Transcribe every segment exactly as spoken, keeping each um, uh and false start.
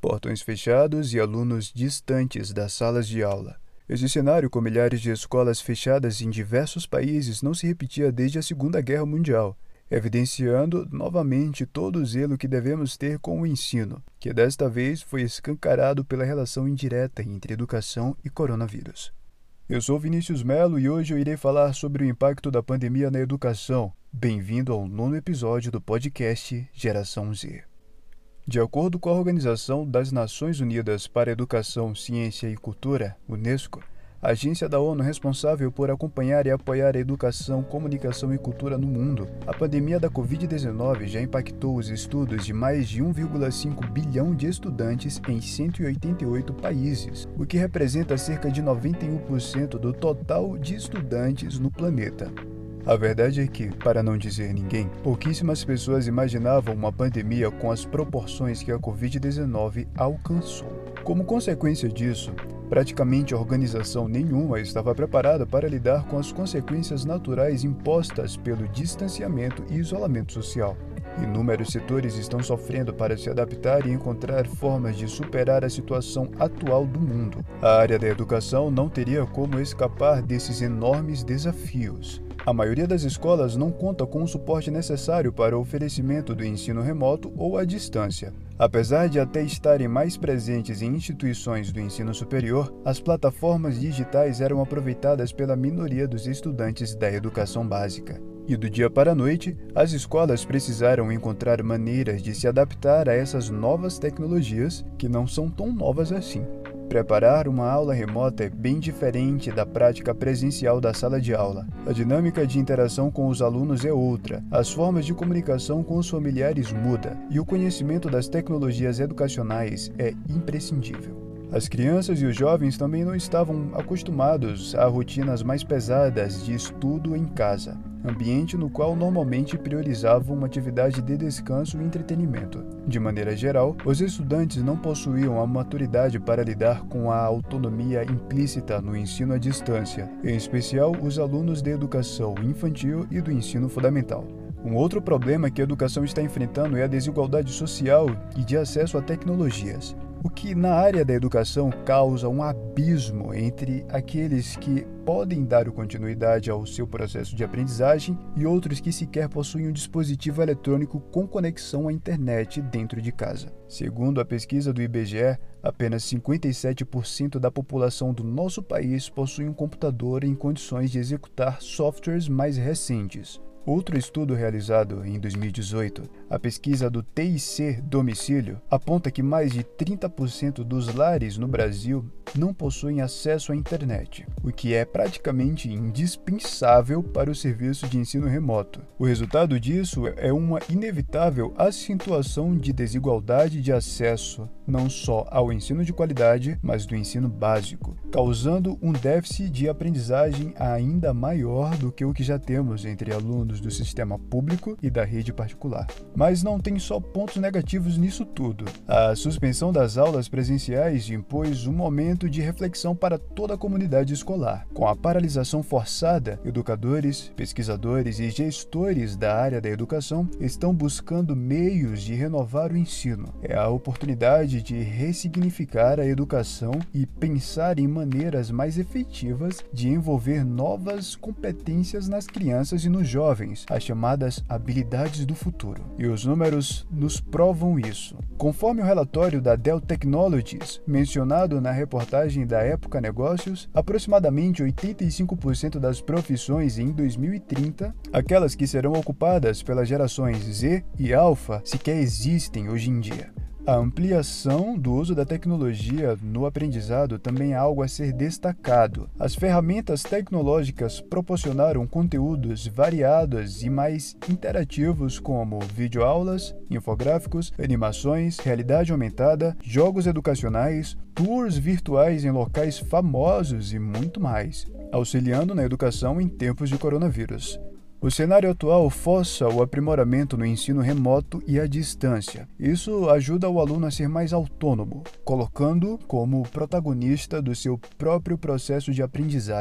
portões fechados e alunos distantes das salas de aula. Esse cenário, com milhares de escolas fechadas em diversos países, não se repetia desde a Segunda Guerra Mundial, evidenciando novamente todo o zelo que devemos ter com o ensino, que desta vez foi escancarado pela relação indireta entre educação e coronavírus. Eu sou Vinícius Melo e hoje eu irei falar sobre o impacto da pandemia na educação. Bem-vindo ao nono episódio do podcast Geração Z. De acordo com a Organização das Nações Unidas para a Educação, Ciência e Cultura, UNESCO, a agência da ONU responsável por acompanhar e apoiar a educação, comunicação e cultura no mundo, a pandemia da covid dezenove já impactou os estudos de mais de um vírgula cinco bilhão de estudantes em cento e oitenta e oito países, o que representa cerca de noventa e um por cento do total de estudantes no planeta. A verdade é que, para não dizer ninguém, pouquíssimas pessoas imaginavam uma pandemia com as proporções que a covid dezenove alcançou. Como consequência disso, praticamente organização nenhuma estava preparada para lidar com as consequências naturais impostas pelo distanciamento e isolamento social. Inúmeros setores estão sofrendo para se adaptar e encontrar formas de superar a situação atual do mundo. A área da educação não teria como escapar desses enormes desafios. A maioria das escolas não conta com o suporte necessário para o oferecimento do ensino remoto ou à distância. Apesar de até estarem mais presentes em instituições do ensino superior, as plataformas digitais eram aproveitadas pela minoria dos estudantes da educação básica. E do dia para a noite, as escolas precisaram encontrar maneiras de se adaptar a essas novas tecnologias que não são tão novas assim. Preparar uma aula remota é bem diferente da prática presencial da sala de aula. A dinâmica de interação com os alunos é outra, as formas de comunicação com os familiares muda, e o conhecimento das tecnologias educacionais é imprescindível. As crianças e os jovens também não estavam acostumados a rotinas mais pesadas de estudo em casa, ambiente no qual normalmente priorizavam uma atividade de descanso e entretenimento. De maneira geral, os estudantes não possuíam a maturidade para lidar com a autonomia implícita no ensino à distância, em especial os alunos de educação infantil e do ensino fundamental. Um outro problema que a educação está enfrentando é a desigualdade social e de acesso a tecnologias, o que na área da educação causa um abismo entre aqueles que podem dar continuidade ao seu processo de aprendizagem e outros que sequer possuem um dispositivo eletrônico com conexão à internet dentro de casa. Segundo a pesquisa do I B G E, apenas cinquenta e sete por cento da população do nosso país possui um computador em condições de executar softwares mais recentes. Outro estudo realizado em dois mil e dezoito, a pesquisa do T I C Domicílio, aponta que mais de trinta por cento dos lares no Brasil não possuem acesso à internet, o que é praticamente indispensável para o serviço de ensino remoto. O resultado disso é uma inevitável acentuação de desigualdade de acesso, não só ao ensino de qualidade, mas do ensino básico, causando um déficit de aprendizagem ainda maior do que o que já temos entre alunos do sistema público e da rede particular. Mas não tem só pontos negativos nisso tudo. A suspensão das aulas presenciais impôs um momento de reflexão para toda a comunidade escolar. Com a paralisação forçada, educadores, pesquisadores e gestores da área da educação estão buscando meios de renovar o ensino. É a oportunidade de ressignificar a educação e pensar em maneiras mais efetivas de envolver novas competências nas crianças e nos jovens, as chamadas habilidades do futuro. E os números nos provam isso. Conforme o relatório da Dell Technologies, mencionado na reportagem da Época Negócios, aproximadamente oitenta e cinco por cento das profissões em dois mil e trinta, aquelas que serão ocupadas pelas gerações Z e Alpha, sequer existem hoje em dia. A ampliação do uso da tecnologia no aprendizado também é algo a ser destacado. As ferramentas tecnológicas proporcionaram conteúdos variados e mais interativos como videoaulas, infográficos, animações, realidade aumentada, jogos educacionais, tours virtuais em locais famosos e muito mais, auxiliando na educação em tempos de coronavírus. O cenário atual força o aprimoramento no ensino remoto e à distância. Isso ajuda o aluno a ser mais autônomo, colocando-o como protagonista do seu próprio processo de aprendizagem.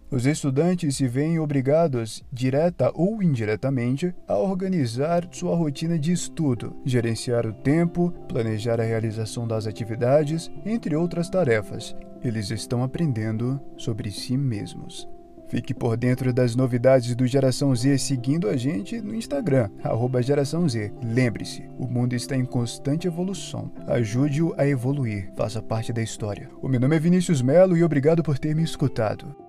Os estudantes se veem obrigados, direta ou indiretamente, a organizar sua rotina de estudo, gerenciar o tempo, planejar a realização das atividades, entre outras tarefas. Eles estão aprendendo sobre si mesmos. Fique por dentro das novidades do Geração Z seguindo a gente no Instagram, arroba Geração Z. Lembre-se, o mundo está em constante evolução. Ajude-o a evoluir, faça parte da história. O meu nome é Vinícius Melo e obrigado por ter me escutado.